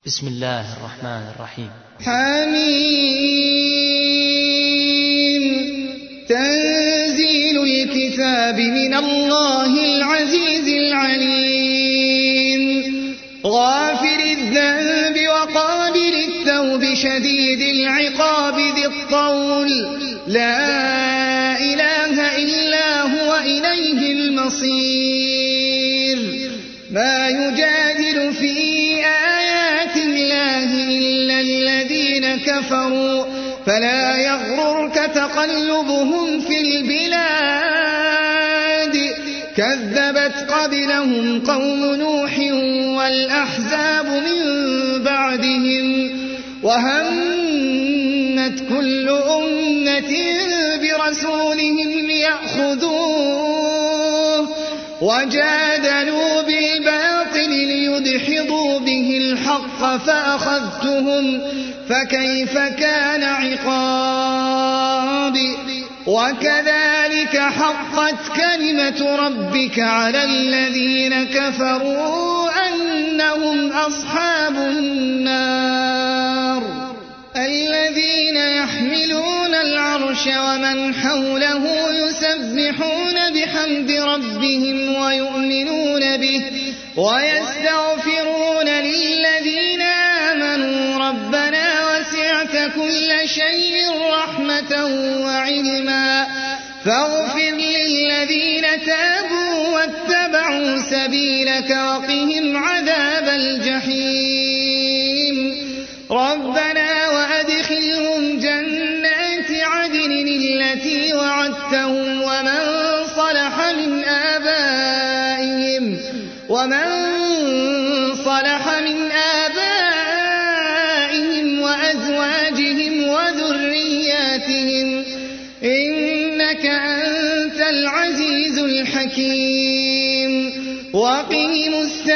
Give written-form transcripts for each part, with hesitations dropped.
بسم الله الرحمن الرحيم. حميم. تنزيل الكتاب من الله العزيز العليم. غافر الذنب وقابل التوب شديد العقاب ذي الطول. لا إله إلا هو إليه المصير. ما يجادل في آيات الله إلا الذين كفروا فلا يغررك تقلبهم في البلاد. كذبت قبلهم قوم نوح والأحزاب من بعدهم وهمت كل أمة برسولهم ليأخذوه وجادلوا بالباطل ليدحضوا به الحق فأخذتهم فكيف كان عقاب. وكذلك حقت كلمة ربك على الذين كفروا أنهم أصحاب النار. الذين يحملون العرش ومن حوله يسبحون بحمد ربهم ويؤمنون به ويستغفرون للذين آمنوا ربنا وسعت كل شيء رحمة وعلما فاغفر للذين تابوا واتبعوا سبيلك وقهم عذاب الجحيم. ربنا وأدخلهم جنات عدن التي وعدتهم ومن صلح من آبائهم وأزواجهم وذرياتهم إنك أنت العزيز الحكيم. وقهم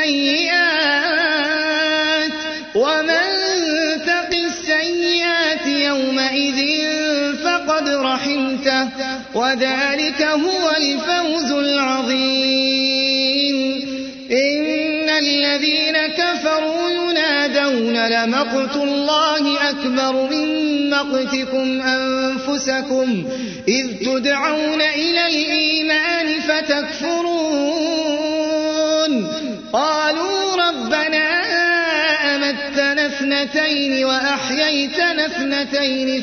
السيئات ومن تق السيئات يومئذ فقد رحمته وذلك هو الفوز العظيم. إن الذين كفروا ينادون لمقت الله أكبر من مقتكم أنفسكم إذ تدعون إلى الإيمان فتكفرون. قالوا ربنا أمتنا اثنتين وأحييتنا اثنتين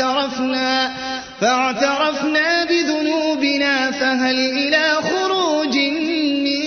فاعترفنا بذنوبنا فهل إلى خروج من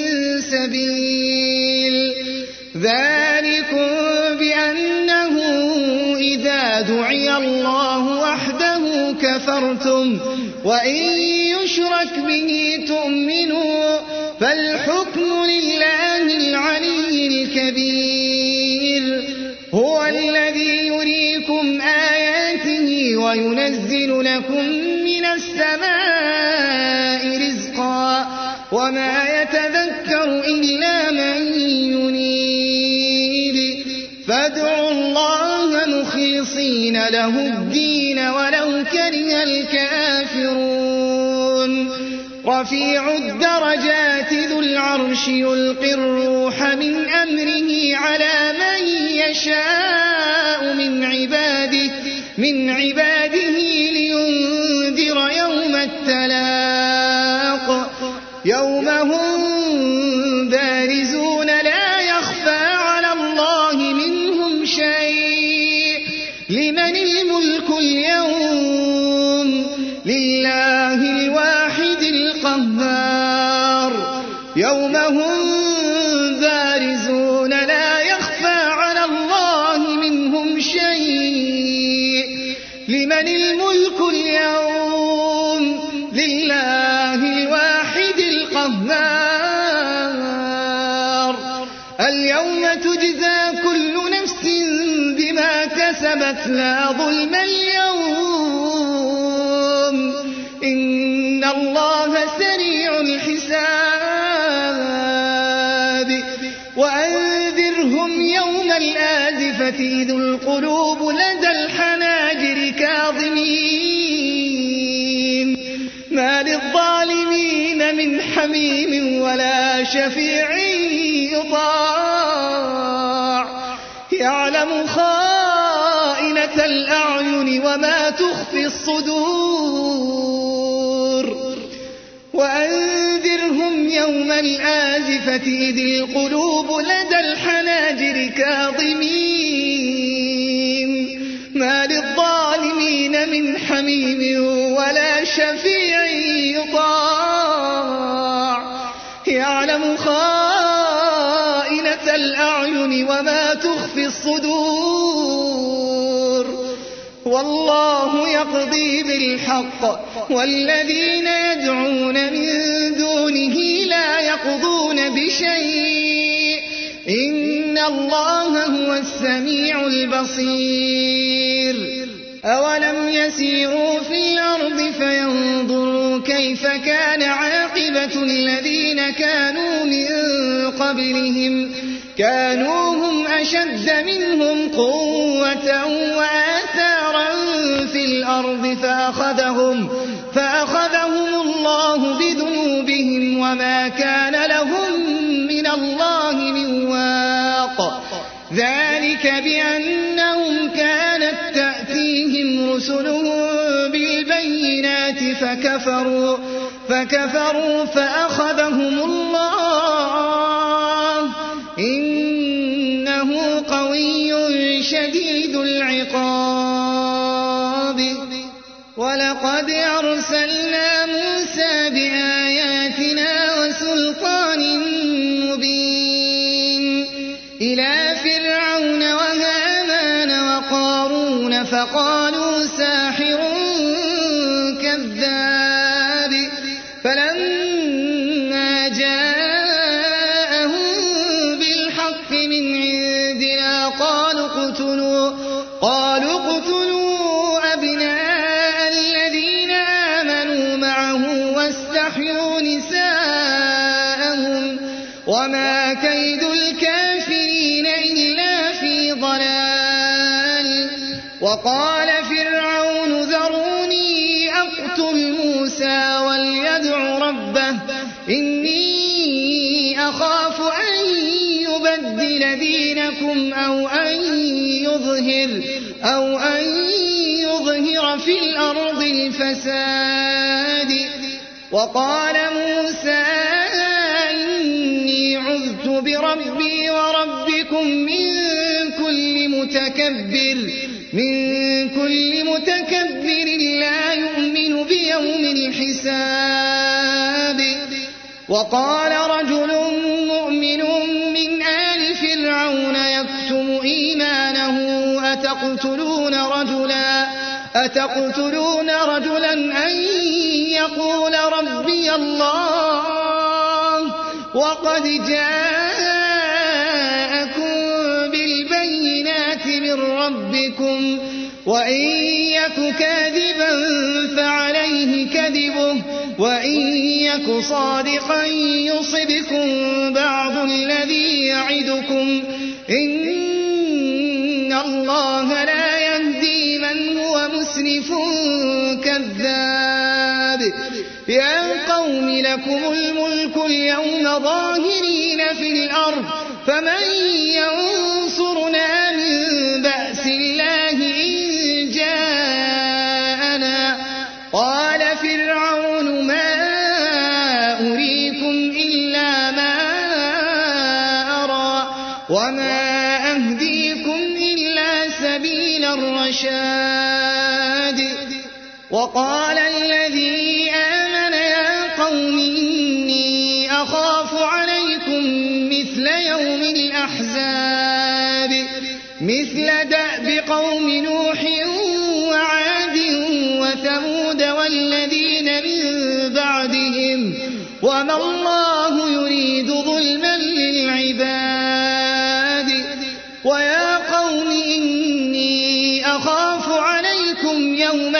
سبيل. ذلكم بأنه إذا دعي الله وحده كفرتم وإن يشرك به تؤمنوا فالحكم لله العلي الكبير. هو الذي يريكم آياته وينزل لكم من السماء رزقا وما يتذكر إلا من ينيب. فادعوا الله مخلصين له الدين ولو كره الكافرون. رفيع الدرجات ذو العرش يلقي الروح من أمره على من يشاء من عباده لينذر يوم التلاق. يوم هم بارزون لا يخفى على الله منهم شيء. لمن الملك اليوم؟ لله الواحد القهار. يوم هم بارزون لا يخفى على الله منهم شيء. لمن الملك اليوم؟ لله الواحد القهار. اليوم تجزى كل نفس بما كسبت لا ظلم اليوم إن الله سريع الحساب. وأنذرهم يوم الآزفة إذ القلوب لدى الحناجر كاظمين ما للظالمين من حميم ولا شفيع يطاع يعلم خائنة الأعين وما تخفي الصدور وأنذرهم يوم الآزفة إذ القلوب لدى الحناجر كاظمين ما للظالمين من حميم ولا شفيع يطاع يعلم خائنة الأعين وما تخفي الصدور والله يقضي بالحق والذين يدعون من دونه لا يقضون بشيء إن الله هو السميع البصير أولم يسيروا في الأرض فينظروا كيف كان عاقبة الذين كانوا من قبلهم كانوا هم أشد منهم قوة وآثارا في الأرض فأخذهم الله بذنوبهم وما كان لهم من الله من واق ذلك بأنهم كانت تأتيهم رسلهم بالبينات فكفروا فأخذهم الله إنه قوي شديد العقاب ولقد أرسلنا موسى بآياتنا وسلطان مبين إلى فرعون وهامان وقارون فقالوا ساحر كذاب فلما جاءهم بالحق من عندنا قالوا اقتلوا أبناء الذين آمنوا معه واستحيوا نساءهم وما كيد الكافرين إلا في ضلال وقال فرعون ذروني أقتل موسى وليدع ربه إني أخاف أن يبدل دينكم أو أن يظهر في الأرض الفساد وقال موسى إني عذت بربي وربكم من كل متكبر لا يؤمن بيوم الحساب وقال رجل مؤمن من آل فرعون يكتم إيمانه أتقتلون رجلا أن يقول ربي الله وقد جاءكم بالبينات من ربكم وإن يك كاذبا فعليه كذبه وإن يك صادقا يصبكم بعض الذي يعدكم إن الله لا يهدي من هو مسرف كذاب يا قوم لكم الملك اليوم ظاهرين في الأرض فمن ينصرنا من بأس الله إن جاءنا قال فرعون ما أريكم إلا ما أرى وما أهديكم إلا سبيل الرشاد وقال الذي آمن يا قوم إني أخاف عليكم مثل يوم الأحزاب مثل دأب قوم نوح وعاد وثمود والذين من بعدهم وما الله يريد ظلما للعباد ويا قوم إني أخاف عليكم يوم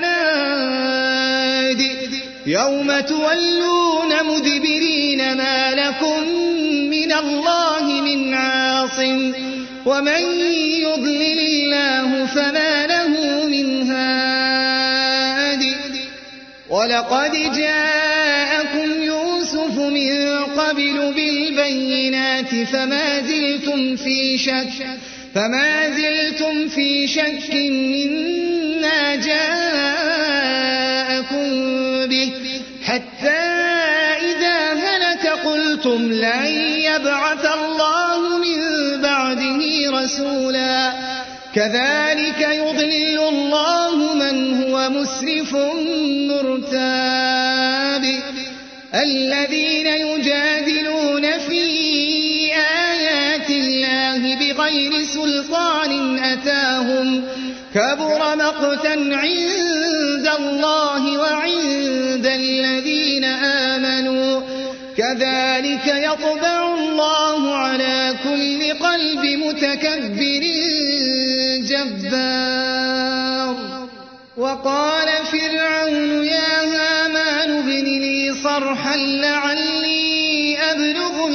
التناد يوم تولون مدبرين ما لكم من الله من عاصم ومن يضلل الله فما له من هاد ولقد جاءكم يوسف من قبل بالبينات فما فما زلتم في شك مما جاءكم به حتى إذا هلك قلتم لن يبعث الله من بعده رسولا كذلك يضل الله من هو مسرف مرتاب الذين يجادلون في آيات الله بغير سلطان أتاهم كبر مقتا عند الله وعند الذين آمنوا كذلك يطبع الله على كل قلب متكبر جبار وقال فرعون يا هامان ابن لي صرحا لعلي أبلغ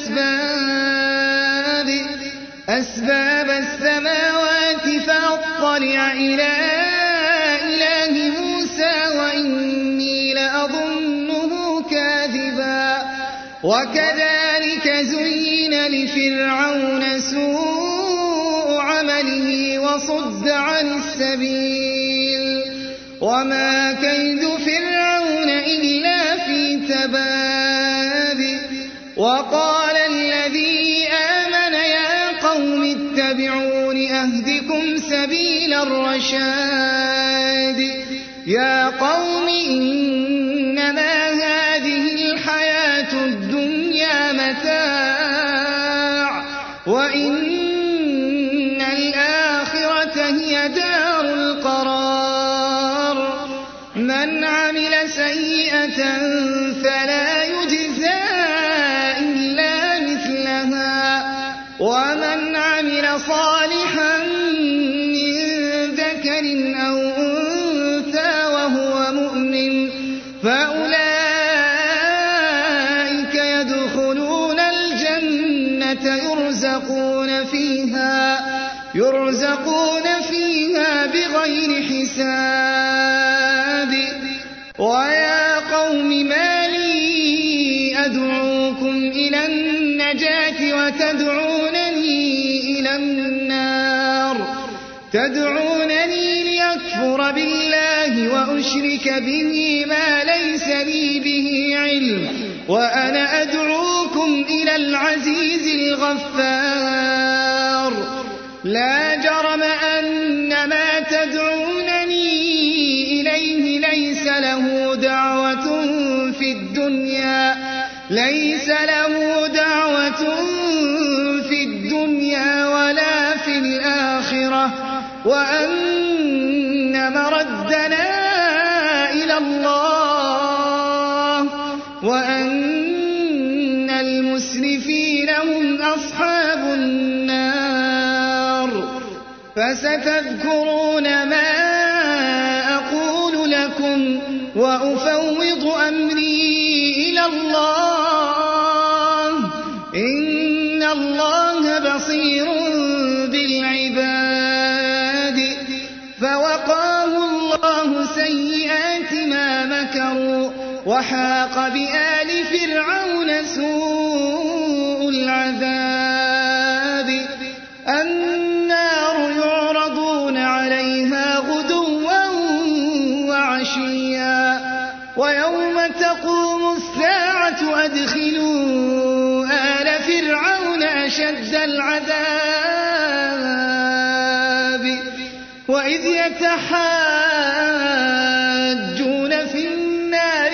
أسباب السماوات فأطلع إلى إله موسى وإني لأظنه كاذبا وكذلك زين لفرعون سوء عمله وصد عن السبيل وما كيد فرعون إلا في تباب وقال الذي آمن يا قوم اتبعون أهدكم سبيل الرشاد يا قوم إنما هذه الحياة الدنيا متاع وإن الآخرة هي دار القرار من عمل سيئة فلا يجزى إلا مثلها ومن عمل صالحا من ذكر أو أنثى وهو مؤمن فأولئك يدخلون الجنة يرزقون فيها بغير حساب ويا قوم ما لي أدعوكم إلى النجاة وتدعونني إلى النار تدعونني ليكفر بالله وأشرك به ما ليس لي به علم وأنا أدعوكم إلى العزيز الغفار لا جرم أن ما تدعونني إليه ليس له دعوة في الدنيا ولا في الآخرة وأن مردنا إلى الله وأن المسرفين هم أصحاب النار فستذكرون ما أقول لكم وأفوض أمري إلى الله إن الله بصير بالعباد فوقاه الله سيئات ما مكروا وحاق بآل فرعون سوء العذاب النار يعرضون عليها غدوا وعشيا ويوم تقوم الساعة أدخلوا آل فرعون أشد العذاب وإذ يتحاجون في النار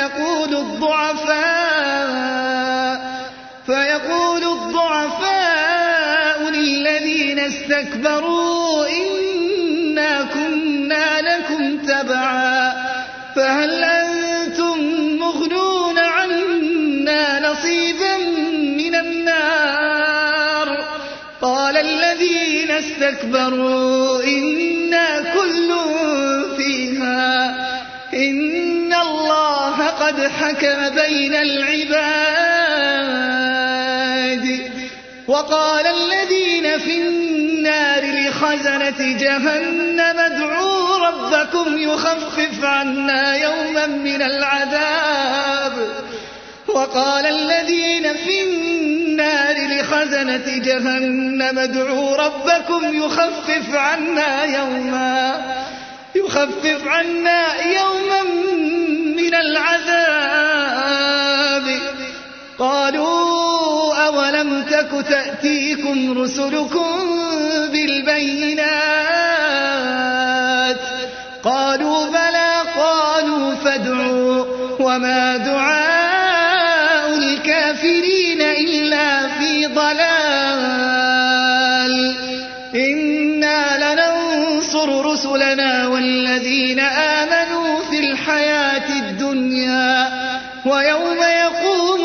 فيقول الضعفاء للذين استكبروا إنا كنا لكم تبعا فهل أنتم مغنون عنا نصيبا من النار قال الذين استكبروا إنا كل فيها إن الله قد حكم بين العباد وقال الذين في النار لخزنة جهنم ادعوا ربكم يخفف عنا يوما من العذاب وقال الذين في النار لخزنة جهنم ادعوا ربكم يخفف عنا يوما من العذاب. قالوا أولم تك تأتيكم رسلكم بالبينات؟ قالوا بلى. قالوا فادعوا. وما دعاء الكافرين إلا في ضلال. إنا لننصر رسلنا والذين آمنوا في الحياة الدنيا ويوم يقوم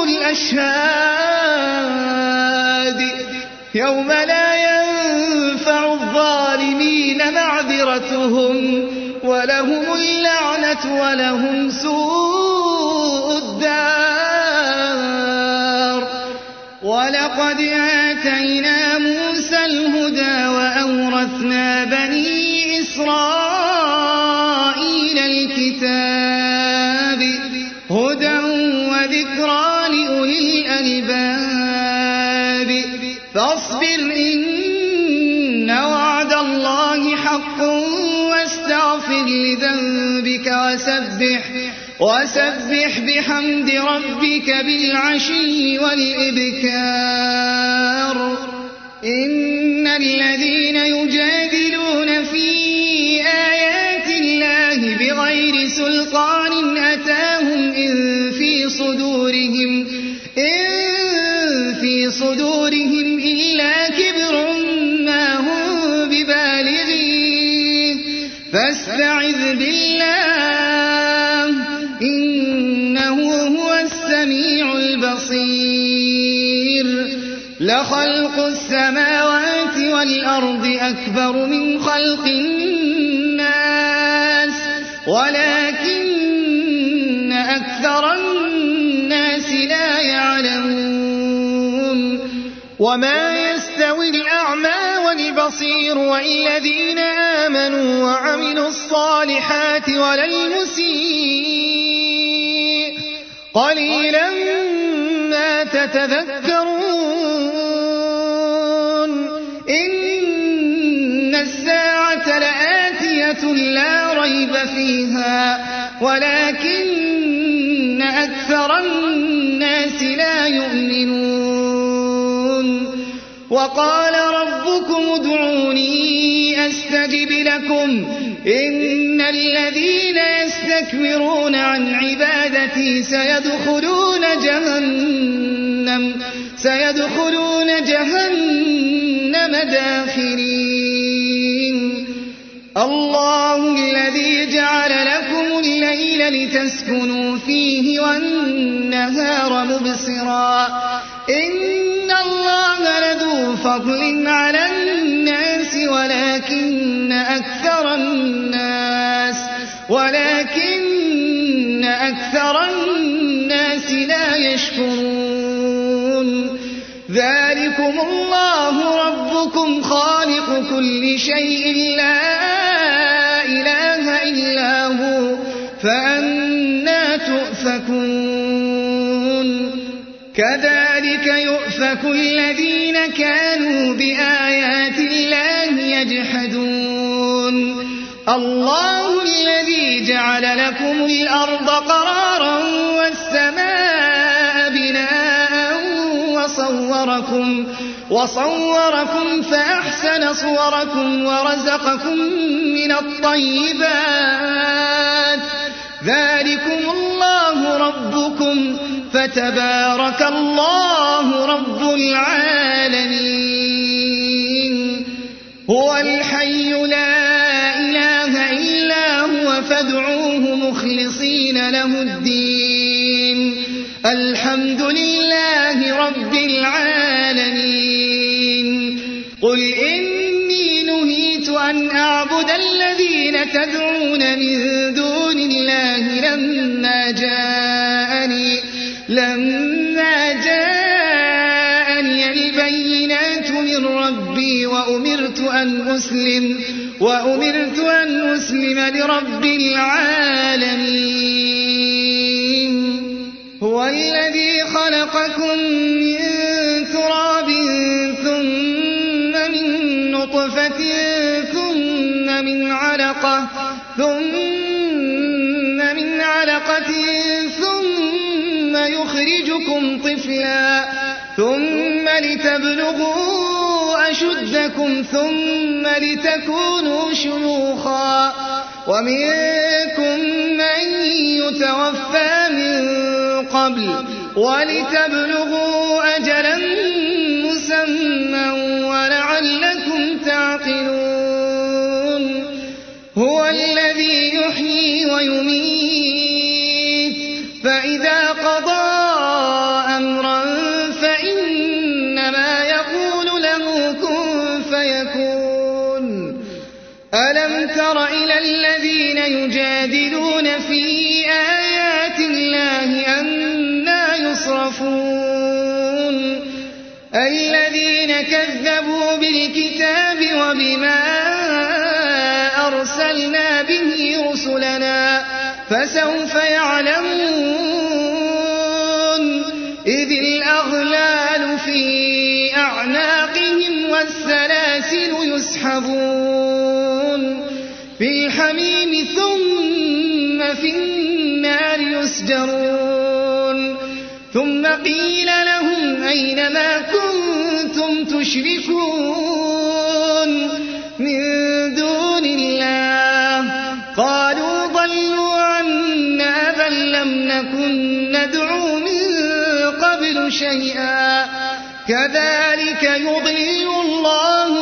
الأشهاد يوم لا ينفع الظالمين معذرتهم ولهم اللعنة ولهم سوء الدار. ولقد آتينا موسى الهدى وأورثنا بني إسرائيل الكتاب هدى وذكرى لأولي الألباب. فاصبر إن وعد الله حق واستغفر لذنبك وسبح بحمد ربك بالعشي والإبكار. إن الذين يجادلون في آيات الله بغير سلطان أتاهم إن في صدورهم إلا كبر ما هم ببالغيه فاستعذ بالله إنه هو السميع البصير. لخلق السماوات والأرض أكبر من خلق الناس ولكن أكثر الناس لا يعلمون. وما يستوي الأعمى والبصير والذين آمنوا وعملوا الصالحات ولا المسيء قليلا ما تتذكرون. إن الساعة لآتية لا ريب فيها ولكن أكثر الناس لا يؤمنون. وقال ربكم ادعوني أستجب لكم إن الذين يستكبرون عن عبادتي سيدخلون جهنم داخرين. الله الذي جعل لكم الليل لتسكنوا فيه والنهار مبصرا إن الله لذو فضل على الناس ولكن أكثر الناس لا يشكرون. ذلكم الله ربكم خالق كل شيء لا إله إلا هو فأنى تؤفكون. كذلك يؤفك الذين كانوا بآيات الله يجحدون. الله الذي جعل لكم الأرض قرارا والسماء بناء وصوركم فأحسن صوركم ورزقكم من الطيبات. ذلكم الله ربكم فتبارك الله رب العالمين. هو الحي لا إله إلا هو فادعوه مخلصين له الدين الحمد لله رب العالمين. قل إني نهيت أن أعبد الذين تدعون من دون الله لما جاءني البينات من ربي وأمرت أن أسلم لرب العالمين. هو هو الذي خلقكم من تراب ثم من نطفة ثم من علقة ثم يخرجكم طفلا ثم لتبلغوا أشدكم ثم لتكونوا شيوخا ومنكم من يتوفى من قبل ولتبلغوا أجلا مسمى ولعلكم تعقلون هو الذي يحيي ويميت فإذا قضى أمرا فإنما يقول له كن فيكون ألم تر إلى الذين يجادلون في آيات الله أنى يصرفون الذين كذبوا بالكتاب وبما أرسلنا به رسلنا فسوف يعلمون إذ الأغلال في أعناقهم والسلاسل يسحبون في الحميم ثم في النار يسجرون ثم قيل لهم أين ما كنتم تشركون من دون الله قالوا ضلوا عنا بل لم نكن ندعو من قبل شيئا كذلك يضل الله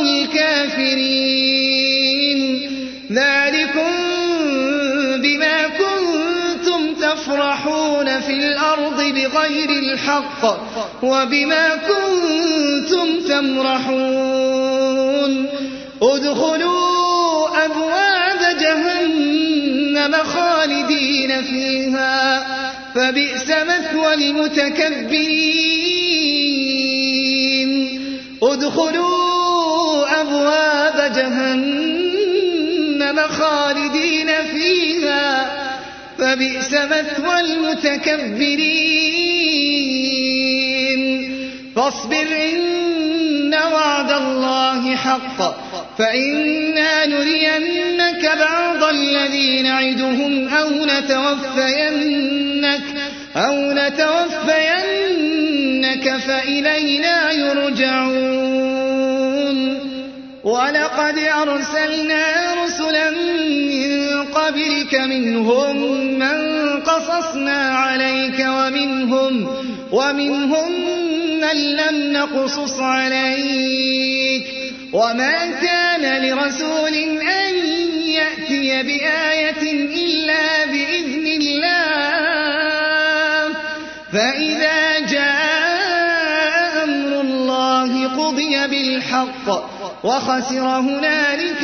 الكافرين ذلكم بما كنتم تفرحون في الأرض بغير الحق وبما كنتم تمرحون ادخلوا أبواب جهنم خالدين فيها فبئس مثوى المتكبرين ادخلوا أبواب جهنم خالدين فيها فبئس مثوى المتكبرين فاصبر إن وعد الله حق فإنا نرينك بعض الذي نعدهم أو نتوفينك فإلينا يرجعون ولقد أرسلنا رسلا من قبلك منهم من قصصنا عليك ومنهم من لم نقصص عليك وما كان لرسول أن يأتي بآية إلا بإذن الله فإذا جاء أمر الله قضي بالحق وخسر هنالك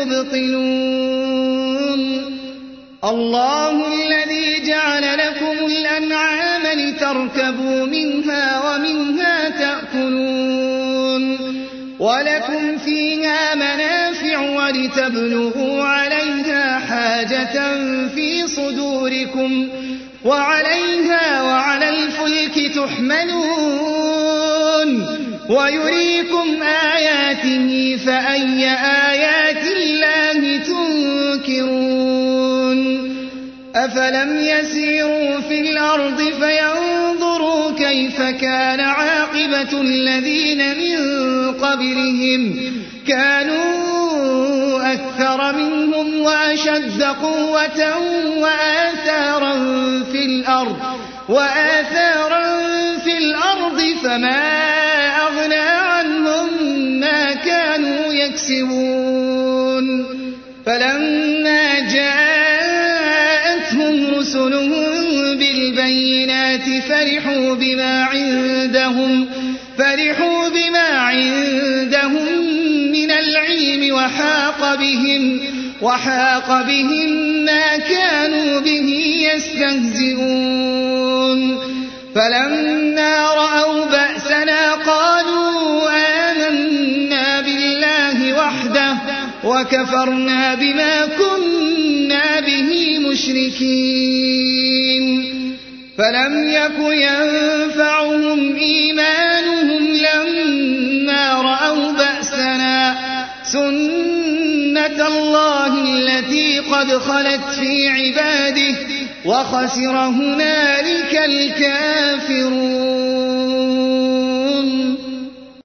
المبطلون الله الذي جعل لكم الأنعام لتركبوا منها ومنها تأكلون ولكم فيها منافع ولتبلغوا عليها حاجة في صدوركم وعليها وعلى الفلك تحملون ويريكم آياته فأي آيات الله تنكرون أفلم يسيروا في الأرض فينظروا كيف كان عاقبة الذين من قبلهم كانوا أكثر منهم وأشد قوة وآثارا في الأرض فما أغنى عنهم ما كانوا يكسبون فلما جاءتهم رسلهم بالبينات فرحوا بما عندهم من العلم وحاق بهم ما كانوا به يستهزئون فلما رأوا بأسنا قالوا آمنا بالله وحده وكفرنا بما كنا به مشركين فلم يك ينفعهم إيمانهم لما رأوا بأسنا سنة الله التي قد خلت في عباده وخسر هنالك الكافرون.